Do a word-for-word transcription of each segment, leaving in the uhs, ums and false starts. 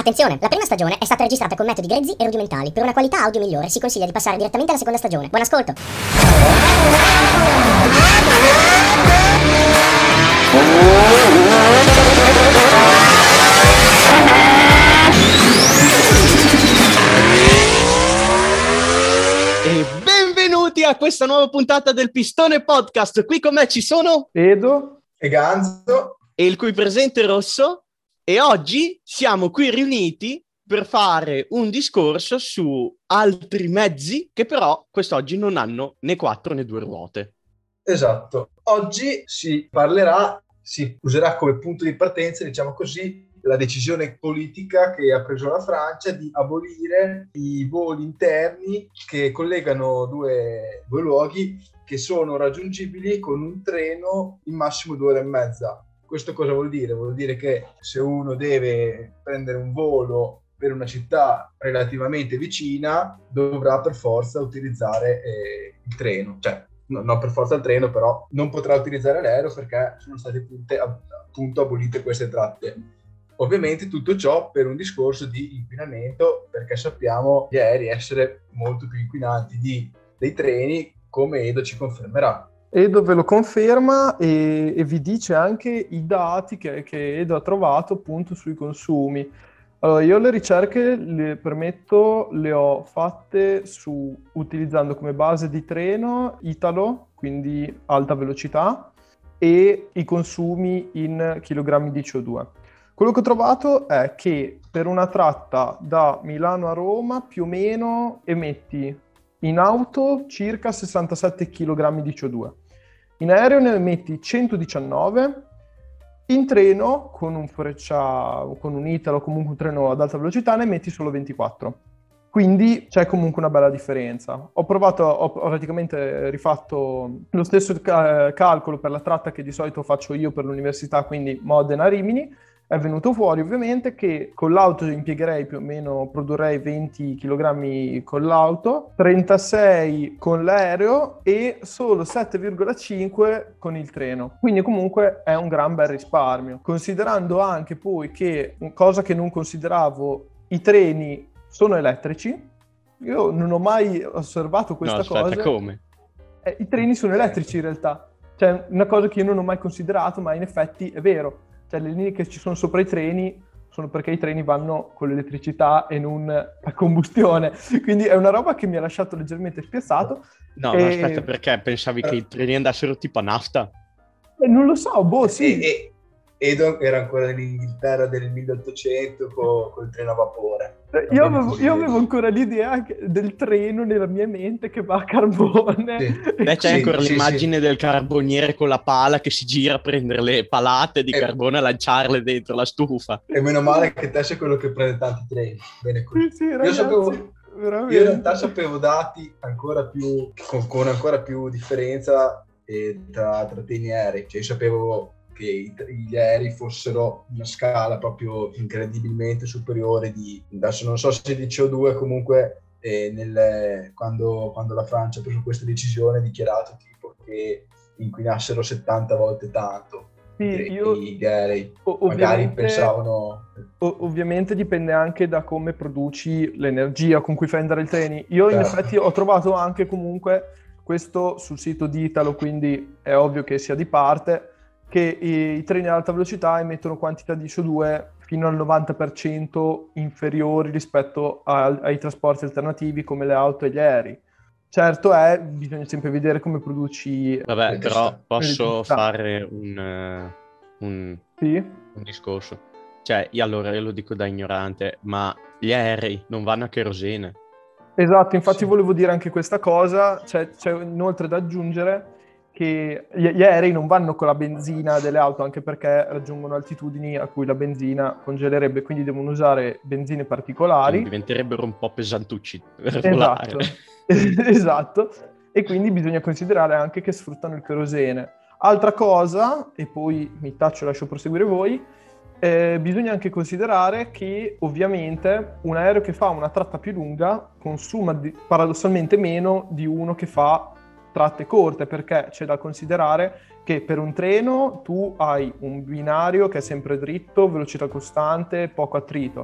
Attenzione, la prima stagione è stata registrata con metodi grezzi e rudimentali. Per una qualità audio migliore si consiglia di passare direttamente alla seconda stagione. Buon ascolto! E benvenuti a questa nuova puntata del Pistone Podcast. Qui con me ci sono Edo e Ganzo e il cui presente Rosso. E oggi siamo qui riuniti per fare un discorso su altri mezzi che però quest'oggi non hanno né quattro né due ruote. Esatto. Oggi si parlerà, si userà come punto di partenza, diciamo così, la decisione politica che ha preso la Francia di abolire i voli interni che collegano due, due luoghi che sono raggiungibili con un treno in massimo due ore e mezza. Questo cosa vuol dire? Vuol dire che se uno deve prendere un volo per una città relativamente vicina, dovrà per forza utilizzare eh, il treno. Cioè, no, non per forza il treno, però non potrà utilizzare l'aereo perché sono state tutte, appunto abolite queste tratte. Ovviamente tutto ciò per un discorso di inquinamento, perché sappiamo gli aerei essere molto più inquinanti di, dei treni, come Edo ci confermerà. Edo ve lo conferma e, e vi dice anche i dati che, che Edo ha trovato appunto sui consumi. Allora, io le ricerche, le permetto, le ho fatte su utilizzando come base di treno Italo, quindi alta velocità, e i consumi in chilogrammi di C O due. Quello che ho trovato è che per una tratta da Milano a Roma più o meno emetti in auto circa sessantasette chilogrammi di C O due, in aereo ne emetti centodiciannove, in treno con un Freccia, con un Italo, comunque un treno ad alta velocità, ne emetti solo ventiquattro. Quindi c'è comunque una bella differenza. Ho provato, ho praticamente rifatto lo stesso ca- calcolo per la tratta che di solito faccio io per l'università, quindi Modena-Rimini. È venuto fuori ovviamente che con l'auto impiegherei più o meno, produrrei venti chilogrammi con l'auto, trentasei con l'aereo e solo sette virgola cinque con il treno. Quindi comunque è un gran bel risparmio. Considerando anche poi che, cosa che non consideravo, i treni sono elettrici. Io non ho mai osservato questa no, aspetta, cosa. Come? Eh, I treni sono elettrici in realtà. Cioè, una cosa che io non ho mai considerato, ma in effetti è vero. Cioè, le linee che ci sono sopra i treni sono perché i treni vanno con l'elettricità e non a combustione. Quindi è una roba che mi ha lasciato leggermente spiazzato. No, e... ma aspetta, perché pensavi che i treni andassero tipo a nafta? Eh, non lo so, boh, sì. E, e, Edo era ancora nell'Inghilterra del milleottocento con, con il treno a vapore. Io avevo, io avevo ancora l'idea del treno nella mia mente che va a carbone. Sì. Beh, c'è sì, ancora sì, l'immagine sì. del carboniere con la pala che si gira a prendere le palate di e, carbone e lanciarle dentro la stufa. E meno male che te sei quello che prende tanti treni. Bene così. Sì, sì, ragazzi, io, sapevo, veramente. io in realtà sapevo dati ancora più con, con ancora più differenza eh, tra, tra treni e aerei. Cioè, io sapevo che gli aerei fossero una scala proprio incredibilmente superiore di, adesso non so se di C O due, comunque eh, nel, quando, quando la Francia ha preso questa decisione ha dichiarato tipo che inquinassero settanta volte tanto. Sì, gli, io, gli aerei ovviamente, magari pensavano ov- ovviamente dipende anche da come produci l'energia con cui fai andare i treni. Io in certo. effetti ho trovato anche comunque questo sul sito di Italo, quindi è ovvio che sia di parte, che i, i treni ad alta velocità emettono quantità di C O due fino al novanta per cento inferiori rispetto a, ai trasporti alternativi come le auto e gli aerei. Certo è, bisogna sempre vedere come produci... Vabbè, però posso elettricità. fare un, uh, un, sì? un discorso. Cioè, io allora io lo dico da ignorante, ma gli aerei non vanno a kerosene. Esatto, infatti sì. volevo dire anche questa cosa. C'è, c'è inoltre da aggiungere che gli, gli aerei non vanno con la benzina delle auto, anche perché raggiungono altitudini a cui la benzina congelerebbe, quindi devono usare benzine particolari. Quindi diventerebbero un po' pesantucci per esatto. volare. Esatto, e quindi bisogna considerare anche che sfruttano il kerosene. Altra cosa, e poi mi taccio e lascio proseguire voi, eh, bisogna anche considerare che ovviamente un aereo che fa una tratta più lunga consuma di, paradossalmente meno di uno che fa tratte corte, perché c'è da considerare che per un treno tu hai un binario che è sempre dritto, velocità costante, poco attrito.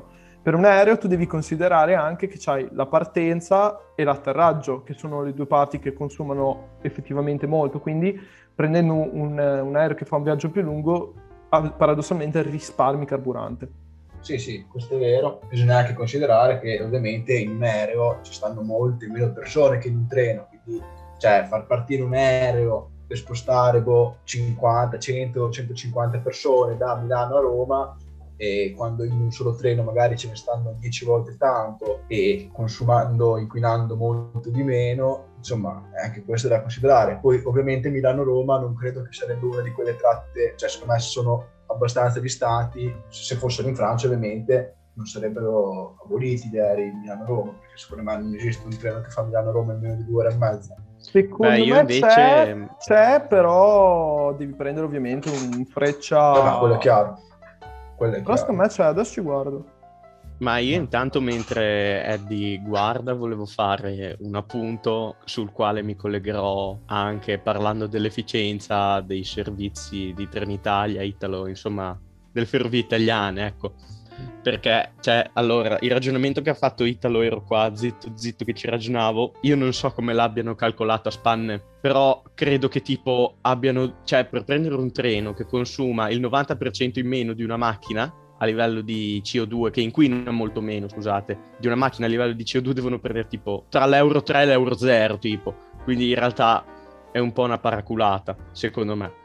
Per un aereo tu devi considerare anche che c'hai la partenza e l'atterraggio, che sono le due parti che consumano effettivamente molto, quindi prendendo un, un aereo che fa un viaggio più lungo, paradossalmente risparmi carburante. Sì, sì, questo è vero. Bisogna anche considerare che ovviamente in un aereo ci stanno molte meno persone che in un treno, quindi cioè far partire un aereo per spostare boh, cinquanta, cento, centocinquanta persone da Milano a Roma, e quando in un solo treno magari ce ne stanno dieci volte tanto e consumando, inquinando molto di meno, insomma anche questo è da considerare. Poi ovviamente Milano-Roma non credo che sarebbe una di quelle tratte, cioè secondo me sono abbastanza distanti, se fossero in Francia ovviamente non sarebbero aboliti gli aerei Milano-Roma, perché secondo me non esiste un treno che fa Milano-Roma in meno di due ore e mezza. Secondo Beh, io me invece... c'è, c'è, però devi prendere ovviamente un freccia... Vabbè, quello è chiaro. Quello è Però chiaro. secondo me c'è, adesso ci guardo. Ma io intanto, mentre Eddie guarda, volevo fare un appunto sul quale mi collegherò anche parlando dell'efficienza dei servizi di Trenitalia, Italo, insomma, delle ferrovie italiane, ecco. Perché, cioè, allora, il ragionamento che ha fatto Italo, ero qua zitto zitto che ci ragionavo, io non so come l'abbiano calcolato a spanne, però credo che tipo abbiano, cioè, per prendere un treno che consuma il novanta per cento in meno di una macchina a livello di C O due, che inquina molto meno, scusate, di una macchina a livello di C O due devono prendere tipo tra l'euro tre e l'euro zero, tipo, quindi in realtà è un po' una paraculata, secondo me.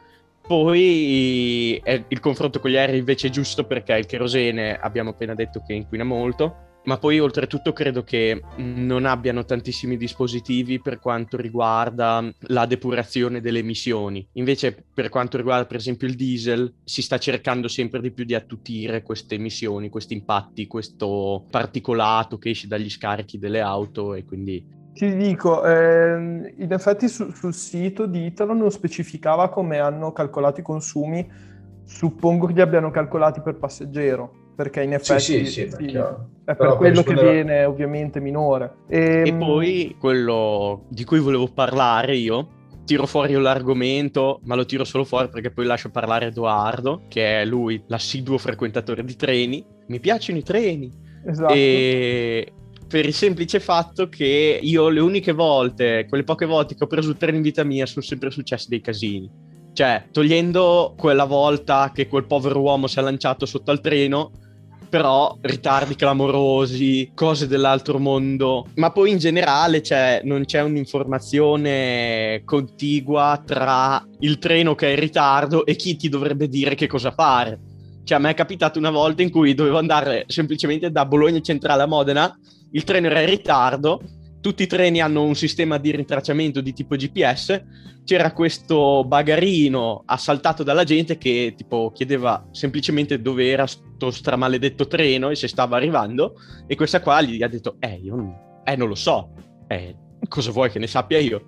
Poi eh, il confronto con gli aerei invece è giusto, perché il kerosene abbiamo appena detto che inquina molto, ma poi oltretutto credo che non abbiano tantissimi dispositivi per quanto riguarda la depurazione delle emissioni. Invece per quanto riguarda per esempio il diesel, si sta cercando sempre di più di attutire queste emissioni, questi impatti, questo particolato che esce dagli scarichi delle auto, e quindi... Ti dico, ehm, in effetti su, sul sito di Italo non specificava come hanno calcolato i consumi, suppongo che li abbiano calcolati per passeggero, perché in effetti sì, sì, sì, sì, chiaro. è Però per quello che rispondere... viene ovviamente minore. E, e poi quello di cui volevo parlare io, tiro fuori io l'argomento, ma lo tiro solo fuori perché poi lascio parlare Edoardo, che è lui l'assiduo frequentatore di treni. Mi piacciono i treni. Esatto. E... per il semplice fatto che io le uniche volte, quelle poche volte che ho preso il treno in vita mia, sono sempre successi dei casini. Cioè, togliendo quella volta che quel povero uomo si è lanciato sotto al treno, però ritardi clamorosi, cose dell'altro mondo. Ma poi in generale, cioè, non c'è un'informazione contigua tra il treno che è in ritardo e chi ti dovrebbe dire che cosa fare. Cioè, a me è capitato una volta in cui dovevo andare semplicemente da Bologna Centrale a Modena, il treno era in ritardo, tutti i treni hanno un sistema di rintracciamento di tipo G P S, c'era questo bagarino assaltato dalla gente che tipo chiedeva semplicemente dove era sto stramaledetto treno e se stava arrivando, e questa qua gli ha detto eh io non, eh, non lo so, eh, cosa vuoi che ne sappia io?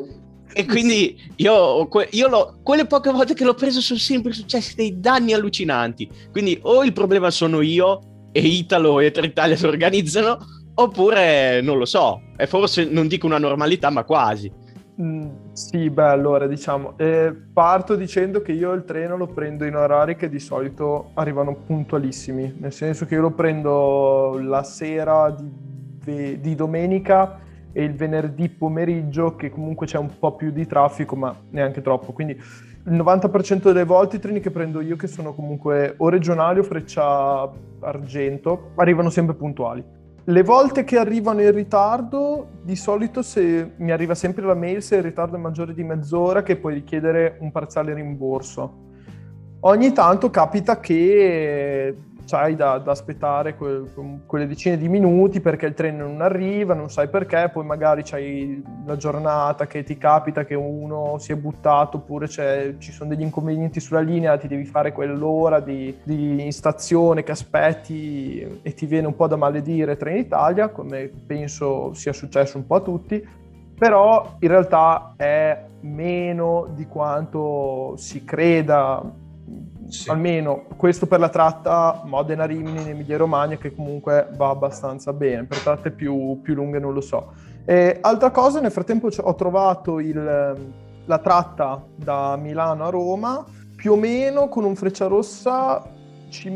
E quindi io, io l'ho, quelle poche volte che l'ho preso sono sempre successi dei danni allucinanti, quindi o il problema sono io e Italo e Trenitalia si organizzano, oppure non lo so, e forse non dico una normalità ma quasi. Mm, sì, beh, allora diciamo, eh, parto dicendo che io il treno lo prendo in orari che di solito arrivano puntualissimi, nel senso che io lo prendo la sera di, di domenica e il venerdì pomeriggio, che comunque c'è un po' più di traffico, ma neanche troppo, quindi il novanta per cento delle volte i treni che prendo io, che sono comunque o regionali o Freccia Argento, arrivano sempre puntuali. Le volte che arrivano in ritardo, di solito se mi arriva sempre la mail se il ritardo è maggiore di mezz'ora, che puoi richiedere un parziale rimborso. Ogni tanto capita che c'hai da, da aspettare que, quelle decine di minuti perché il treno non arriva, non sai perché, poi magari c'hai la giornata che ti capita che uno si è buttato, oppure c'è, ci sono degli inconvenienti sulla linea, ti devi fare quell'ora di, di in stazione che aspetti e ti viene un po' da maledire Trenitalia, come penso sia successo un po' a tutti, però in realtà è meno di quanto si creda. Sì. Almeno questo per la tratta Modena-Rimini in Emilia-Romagna, che comunque va abbastanza bene. Per tratte più, più lunghe non lo so. E altra cosa, nel frattempo ho trovato il, la tratta da Milano a Roma, più o meno con un Frecciarossa ci metti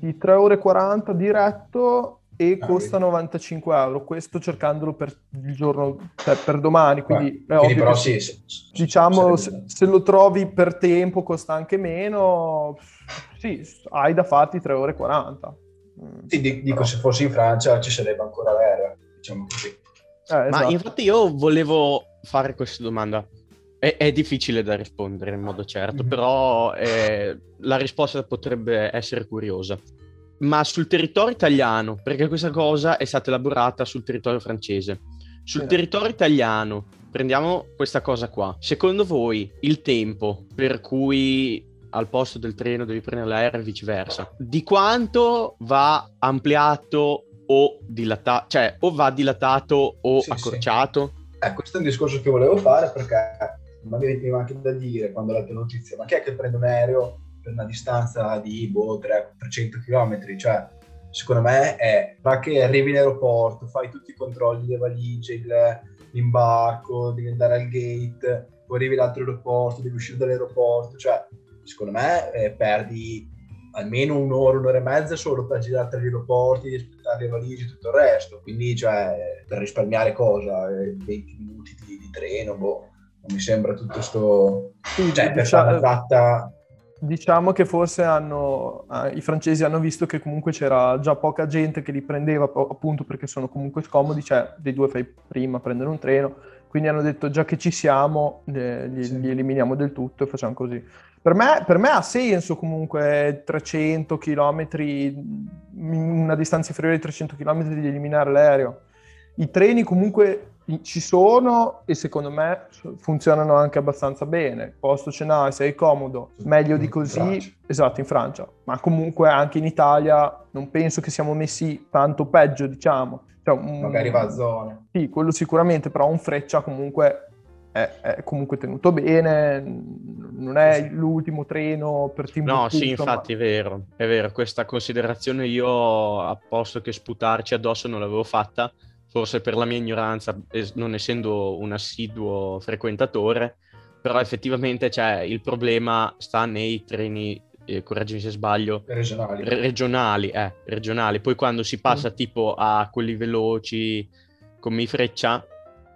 di tre ore e quaranta diretto e Ah, costa vedi. novantacinque euro, questo cercandolo per il giorno, cioè per domani, quindi Beh, è quindi ovvio però che sì, se- sì, sì, diciamo sarebbe- se, se lo trovi per tempo costa anche meno, sì, hai da farti tre ore e quaranta. Mm, sì, di- dico, però- se fossi in Francia ci sarebbe ancora l'aereo, diciamo così. eh, Ma esatto. infatti io volevo fare questa domanda. È, è difficile da rispondere in modo certo, Mhm. però eh, la risposta potrebbe essere curiosa. Ma sul territorio italiano, perché questa cosa è stata elaborata sul territorio francese. Sul Sì. territorio italiano, prendiamo questa cosa qua. Secondo voi il tempo per cui al posto del treno devi prendere l'aereo e viceversa, di quanto va ampliato o dilatato, cioè o va dilatato o Sì, sì. accorciato? Eh, questo è un discorso che volevo fare perché magari mi veniva anche da dire quando ho letto la notizia, ma chi è che prende un aereo per una distanza di boh, trecento chilometri? Cioè, secondo me è, va che arrivi in aeroporto, fai tutti i controlli, le valigie, il- l'imbarco, devi andare al gate, poi arrivi all'altro aeroporto, devi uscire dall'aeroporto, cioè, secondo me eh, perdi almeno un'ora, un'ora e mezza solo per girare tra gli aeroporti, aspettare le valigie e tutto il resto. Quindi, cioè, per risparmiare cosa? Eh, venti minuti di, di treno, boh, non mi sembra tutto sto... Sì, Cioè, per dicia- fare una tratta... Diciamo che forse hanno, eh, i francesi hanno visto che comunque c'era già poca gente che li prendeva, po- appunto perché sono comunque scomodi, cioè dei due fai prima a prendere un treno, quindi hanno detto già che ci siamo, eh, li, Sì. li eliminiamo del tutto e facciamo così. Per me, per me ha senso comunque trecento chilometri, in una distanza inferiore ai trecento chilometri di eliminare l'aereo. I treni comunque ci sono e secondo me funzionano anche abbastanza bene. Posto ce n'hai, sei comodo, meglio di In così. Francia. Esatto, in Francia. Ma comunque anche in Italia non penso che siamo messi tanto peggio, diciamo. Cioè, un- Magari va a zone. Sì, quello sicuramente, però un Freccia comunque è, è comunque tenuto bene, non è Sì, sì. l'ultimo treno per Timbuktu. No, sì, insomma. infatti è vero, è vero, questa considerazione io, a posto che sputarci addosso, non l'avevo fatta, forse per la mia ignoranza, es- non essendo un assiduo frequentatore, però effettivamente cioè, il problema sta nei treni, eh, correggimi se sbaglio, Regionali. re- regionali, eh, regionali. Poi quando si passa Mm. tipo a quelli veloci come i Freccia,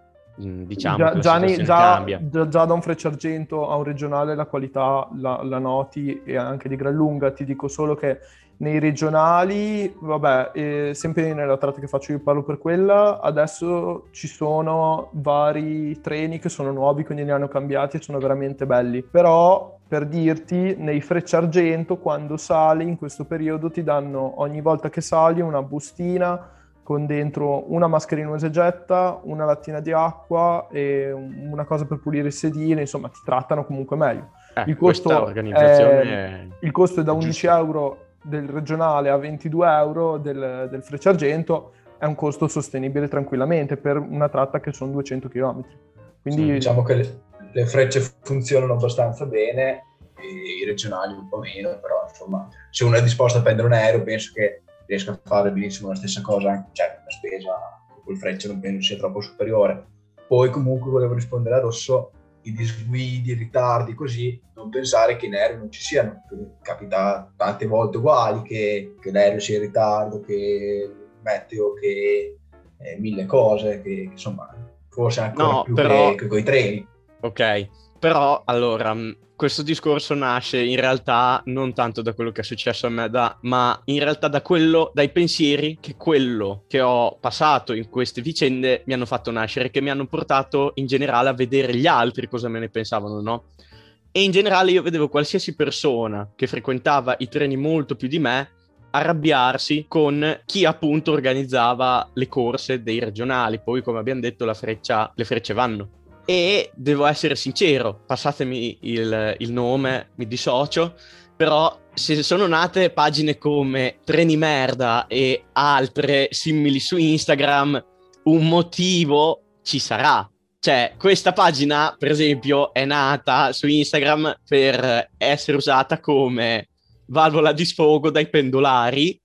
mh, diciamo Già, che la già, nei- situazione già- cambia. già- già da un Frecciargento a un regionale la qualità la, la noti e anche di gran lunga. Ti dico solo che nei regionali, vabbè, eh, sempre nella tratta che faccio io parlo per quella, adesso ci sono vari treni che sono nuovi, quindi li hanno cambiati e sono veramente belli. Però, per dirti, nei Frecciargento, quando sali in questo periodo ti danno ogni volta che sali una bustina con dentro una mascherina esegetta, una lattina di acqua e una cosa per pulire il sedile, insomma ti trattano comunque meglio. Eh, Il questa costo, organizzazione è, è- il costo è da è undici giusta. euro del regionale a ventidue euro del, del Frecciargento, è un costo sostenibile tranquillamente per una tratta che sono duecento chilometri. Quindi Sì, diciamo che le, le frecce funzionano abbastanza bene e i regionali un po' meno, però insomma, se uno è disposto a prendere un aereo penso che riesca a fare benissimo la stessa cosa, anche, cioè la spesa col freccia non penso sia troppo superiore. Poi comunque volevo rispondere a Rosso, i disguidi, i ritardi così, non pensare che in aereo non ci siano, capita tante volte uguali che, che l'aereo sia in ritardo, che il meteo, che eh, mille cose, che, che insomma forse ancora No, più però- che, che con i treni. Ok, però allora mh, questo discorso nasce in realtà non tanto da quello che è successo a me, da, ma in realtà da quello, dai pensieri che quello che ho passato in queste vicende mi hanno fatto nascere, che mi hanno portato in generale a vedere gli altri cosa me ne pensavano, no? E in generale io vedevo qualsiasi persona che frequentava i treni molto più di me arrabbiarsi con chi appunto organizzava le corse dei regionali. Poi, come abbiamo detto, la freccia, le frecce vanno. E devo essere sincero, passatemi il, il nome, mi dissocio, però se sono nate pagine come Treni Merda e altre simili su Instagram, un motivo ci sarà. Cioè, questa pagina, per esempio, è nata su Instagram per essere usata come valvola di sfogo dai pendolari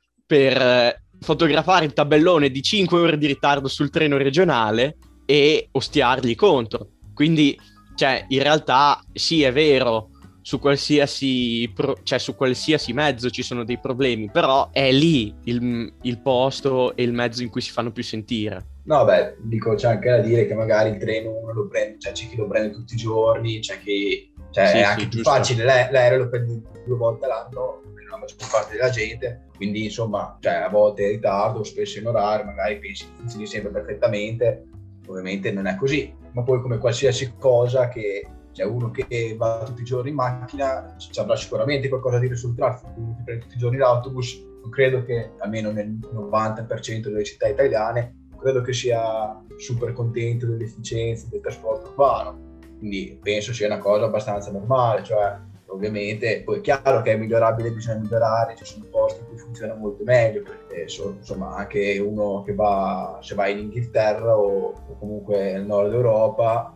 per eh, fotografare il tabellone di cinque ore di ritardo sul treno regionale e ostiargli contro. Quindi, cioè, in realtà sì, è vero, su qualsiasi, pro- cioè su qualsiasi mezzo ci sono dei problemi, però è lì il, il posto e il mezzo in cui si fanno più sentire. No, beh, dico, c'è anche da dire che magari il treno uno lo prende, cioè c'è chi lo prende tutti i giorni, c'è chi, cioè Sì, è sì, anche più giusto. facile, l'a- l'aereo lo prendi due volte all'anno per la maggior parte della gente, quindi insomma, cioè a volte è in ritardo, spesso in orario, magari pensi che funzioni sempre perfettamente, ovviamente non è così, ma poi come qualsiasi cosa che c'è uno che va tutti i giorni in macchina, ci avrà sicuramente qualcosa da dire sul traffico, uno che prende tutti i giorni l'autobus, non credo che, almeno nel novanta per cento delle città italiane, credo che sia super contento dell'efficienza del trasporto urbano, quindi penso sia una cosa abbastanza normale, cioè ovviamente poi è chiaro che è migliorabile, bisogna migliorare, ci sono posti in cui funziona molto meglio, perché so, insomma anche uno che va, se va in Inghilterra o, o comunque nel nord Europa,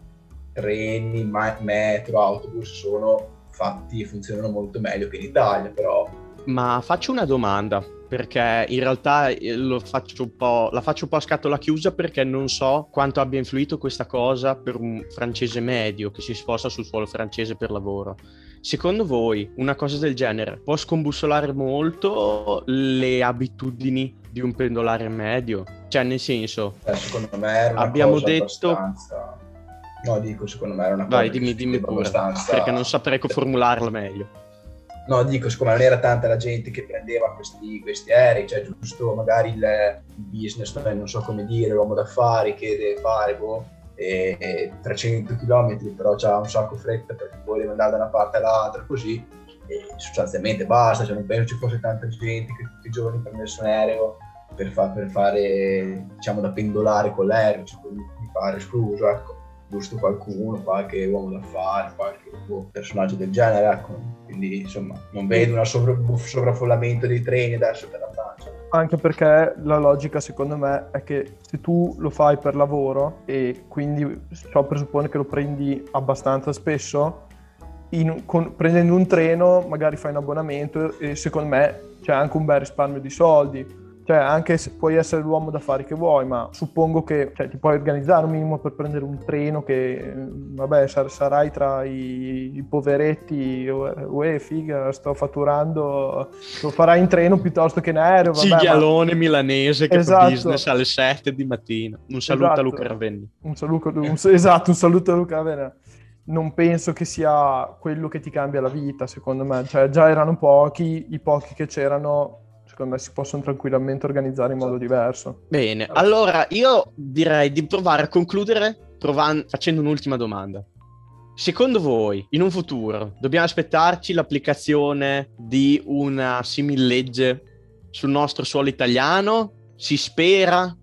treni, ma- metro, autobus sono fatti e funzionano molto meglio che in Italia, però... Ma faccio una domanda, perché in realtà lo faccio un po', la faccio un po' a scatola chiusa, perché non so quanto abbia influito questa cosa per un francese medio che si sposta sul suolo francese per lavoro. Secondo voi una cosa del genere può scombussolare molto le abitudini di un pendolare medio? Cioè, nel senso, Eh, secondo me era una abbiamo cosa detto... abbastanza... No, dico, secondo me era una cosa Vai, che dimmi, dimmi succedeva pure, abbastanza... perché non saprei come formularla meglio. No, dico, siccome non era tanta la gente che prendeva questi, questi aerei, cioè giusto magari il, il business, non so come dire, l'uomo d'affari che deve fare, boh, e, e trecento chilometri, però c'ha un sacco fretta perché vuole andare da una parte all'altra, così, e sostanzialmente basta, cioè non penso ci fosse tanta gente che tutti i giorni prendesse un aereo per, fa, per fare, diciamo, da pendolare con l'aereo, cioè mi pare escluso, ecco. Giusto qualcuno, qualche uomo d'affari, qualche boh, personaggio del genere, ecco. Quindi insomma non vedo un sovra- sovraffollamento dei treni adesso per la Francia. Anche perché la logica secondo me è che se tu lo fai per lavoro e quindi ciò presuppone che lo prendi abbastanza spesso, in, con, prendendo un treno magari fai un abbonamento e secondo me c'è anche un bel risparmio di soldi. Cioè, anche se puoi essere l'uomo d'affari che vuoi, ma suppongo che cioè, ti puoi organizzare un minimo per prendere un treno che, vabbè, sar- sarai tra i, i poveretti, uè, figa, sto fatturando, lo farai in treno piuttosto che in aereo, vabbè. Cinghialone ma... milanese che esatto. fa business alle sette di mattina. Un saluto esatto. a Luca Ravenni. Un saluto, un, esatto, un saluto a Luca Ravenni. Non penso che sia quello che ti cambia la vita, secondo me. Cioè, già erano pochi, i pochi che c'erano... secondo me si possono tranquillamente organizzare in modo diverso. Bene, allora io direi di provare a concludere provan- facendo un'ultima domanda. Secondo voi, in un futuro, dobbiamo aspettarci l'applicazione di una simillegge sul nostro suolo italiano? Si spera?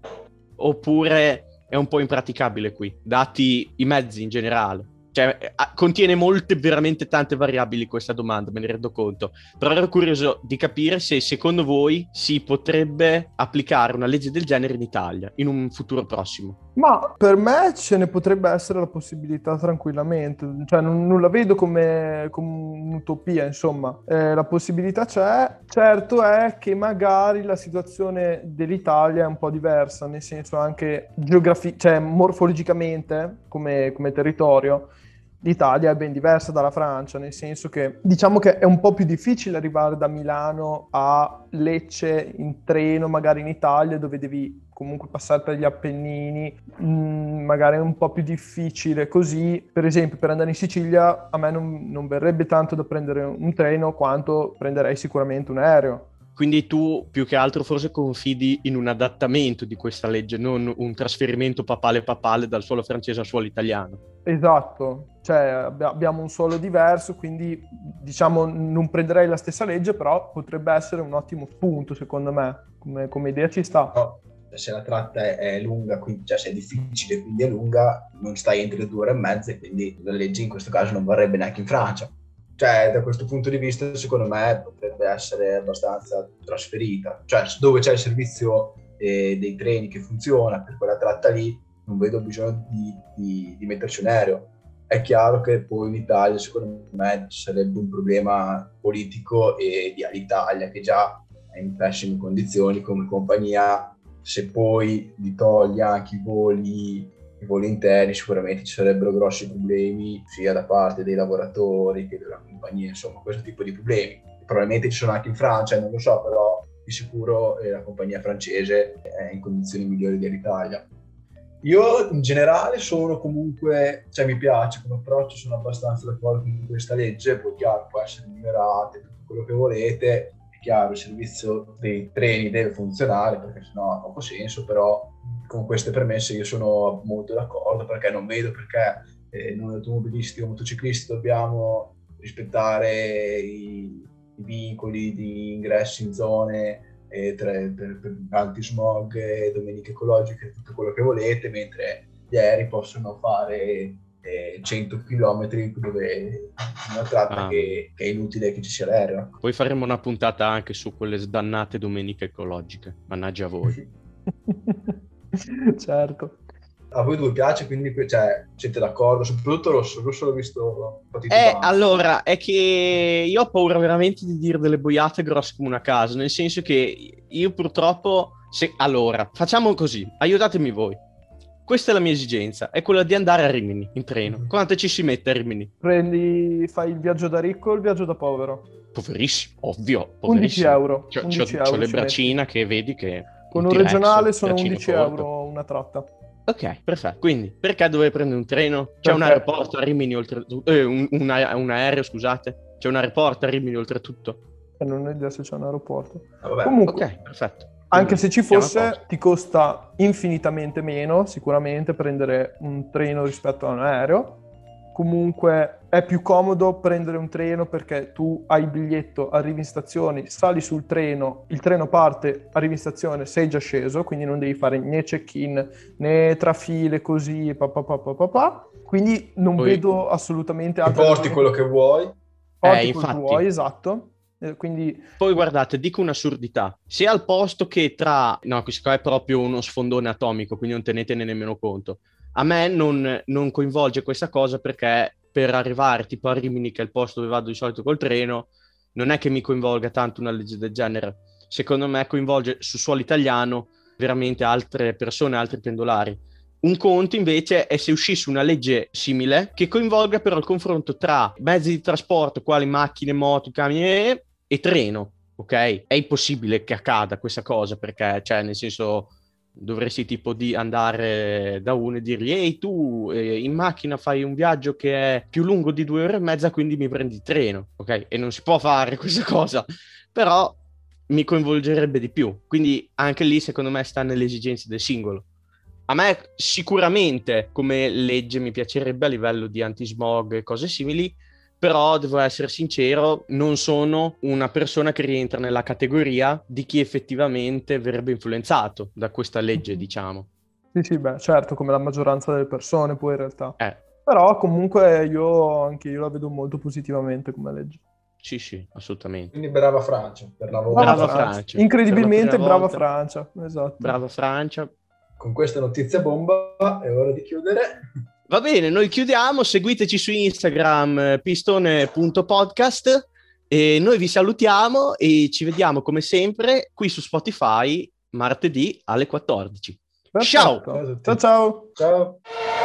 Oppure è un po' impraticabile qui, dati i mezzi in generale? Cioè, contiene molte, veramente tante variabili questa domanda, me ne rendo conto. Però ero curioso di capire se secondo voi si potrebbe applicare una legge del genere in Italia, in un futuro prossimo. Ma per me ce ne potrebbe essere la possibilità tranquillamente, cioè non, non la vedo come, come un'utopia, insomma. Eh, la possibilità c'è, certo è che magari la situazione dell'Italia è un po' diversa, nel senso anche geografi- cioè morfologicamente come, come territorio. L'Italia è ben diversa dalla Francia, nel senso che diciamo che è un po' più difficile arrivare da Milano a Lecce in treno, magari in Italia, dove devi comunque passare per gli Appennini, mh, magari è un po' più difficile così. Per esempio, per andare in Sicilia a me non, non verrebbe tanto da prendere un treno quanto prenderei sicuramente un aereo. Quindi tu più che altro forse confidi in un adattamento di questa legge, non un trasferimento papale papale dal suolo francese al suolo italiano. Esatto, cioè abbiamo un suolo diverso, quindi diciamo non prenderei la stessa legge, però potrebbe essere un ottimo spunto secondo me, come, come idea ci sta. No, se la tratta è, è lunga, quindi, cioè se è difficile quindi è lunga, non stai entro le due ore e mezza e quindi la legge in questo caso non varrebbe neanche in Francia. Cioè, da questo punto di vista, secondo me, potrebbe essere abbastanza trasferita. Cioè, dove c'è il servizio eh, dei treni che funziona per quella tratta lì, non vedo bisogno di, di, di metterci un aereo. È chiaro che poi in Italia, secondo me, ci sarebbe un problema politico e di Alitalia, che già è in pessime condizioni come compagnia. Se poi li toglie anche i voli i voli interni sicuramente ci sarebbero grossi problemi sia da parte dei lavoratori che della compagnia, insomma questo tipo di problemi. Probabilmente ci sono anche in Francia, non lo so, però di sicuro eh, la compagnia francese è in condizioni migliori dell'Italia. Io in generale sono comunque, cioè mi piace come approccio, sono abbastanza d'accordo con questa legge, poi chiaro può essere migliorata, tutto quello che volete, è chiaro il servizio dei treni deve funzionare perché sennò ha poco senso, però con queste premesse io sono molto d'accordo perché non vedo perché eh, noi automobilisti o motociclisti dobbiamo rispettare i, i vincoli di ingresso in zone E per, per, per anti-smog, domeniche ecologiche, tutto quello che volete, mentre gli aerei possono fare eh, cento chilometri dove una tratta ah. che, che è inutile che ci sia l'aereo. Poi faremo una puntata anche su quelle sdannate domeniche ecologiche, mannaggia a voi. Certo. A voi due piace, quindi cioè, siete d'accordo? Soprattutto Rosso, Rosso l'ho visto un po' Eh, allora, è che io ho paura veramente di dire delle boiate grosse come una casa, nel senso che io purtroppo... Se... Allora, facciamo così, aiutatemi voi. Questa è la mia esigenza, è quella di andare a Rimini in treno. Quanto ci si mette a Rimini? Prendi, fai il viaggio da ricco o il viaggio da povero? Poverissimo, ovvio, poverissimo. undici euro. C'ho, undici c'ho, euro c'ho le ci braccina metti. Che vedi che... Con un T-Rex, regionale sono braccino undici corto. euro una tratta. Ok, perfetto. Quindi, perché dovevi prendere un treno? C'è Perché? un aeroporto a Rimini oltretutto? Eh, un, un, a- un aereo, scusate. C'è un aeroporto a Rimini oltretutto? E non ho idea se c'è un aeroporto. Ah, vabbè. Comunque, Ok, perfetto. anche Quindi, se ci siamo a fosse, posto. ti costa infinitamente meno, sicuramente, prendere un treno rispetto a un aereo. Comunque è più comodo prendere un treno perché tu hai il biglietto, arrivi in stazione, sali sul treno, il treno parte, arrivi in stazione, sei già sceso, quindi non devi fare né check-in né trafile così, pa, pa, pa, pa, pa, pa. Quindi non Poi- vedo assolutamente Ti altre porti ragioni. quello che vuoi. Porti Eh, quel che infatti. vuoi, esatto. Eh, quindi Poi guardate, dico un'assurdità. Se al posto che tra... No, questo qua è proprio uno sfondone atomico, quindi non tenetene nemmeno conto. A me non, non coinvolge questa cosa perché per arrivare tipo a Rimini, che è il posto dove vado di solito col treno, non è che mi coinvolga tanto una legge del genere. Secondo me coinvolge su suolo italiano veramente altre persone, altri pendolari. Un conto invece è se uscisse una legge simile che coinvolga però il confronto tra mezzi di trasporto, quali macchine, moto, camion e, e treno, ok? È impossibile che accada questa cosa perché, cioè, nel senso, dovresti tipo di andare da uno e dirgli ehi tu eh, in macchina fai un viaggio che è più lungo di due ore e mezza, quindi mi prendi il treno, ok? E non si può fare questa cosa, però mi coinvolgerebbe di più, quindi anche lì secondo me sta nelle esigenze del singolo. A me sicuramente come legge mi piacerebbe a livello di antismog e cose simili, però devo essere sincero, non sono una persona che rientra nella categoria di chi effettivamente verrebbe influenzato da questa legge, diciamo. sì, sì, beh, certo, come la maggioranza delle persone poi in realtà. Eh, Però comunque io anche io la vedo molto positivamente come legge. sì, sì, assolutamente. Quindi brava Francia per la Brava, Brava Francia. Francia. Incredibilmente Per la prima brava volta. Francia, esatto. Brava Francia. Con questa notizia bomba è ora di chiudere. Va bene, noi chiudiamo, seguiteci su Instagram eh, pistone punto podcast e noi vi salutiamo e ci vediamo come sempre qui su Spotify martedì alle quattordici. Perfetto. Ciao! Ciao a tutti. Ciao ciao. Ciao.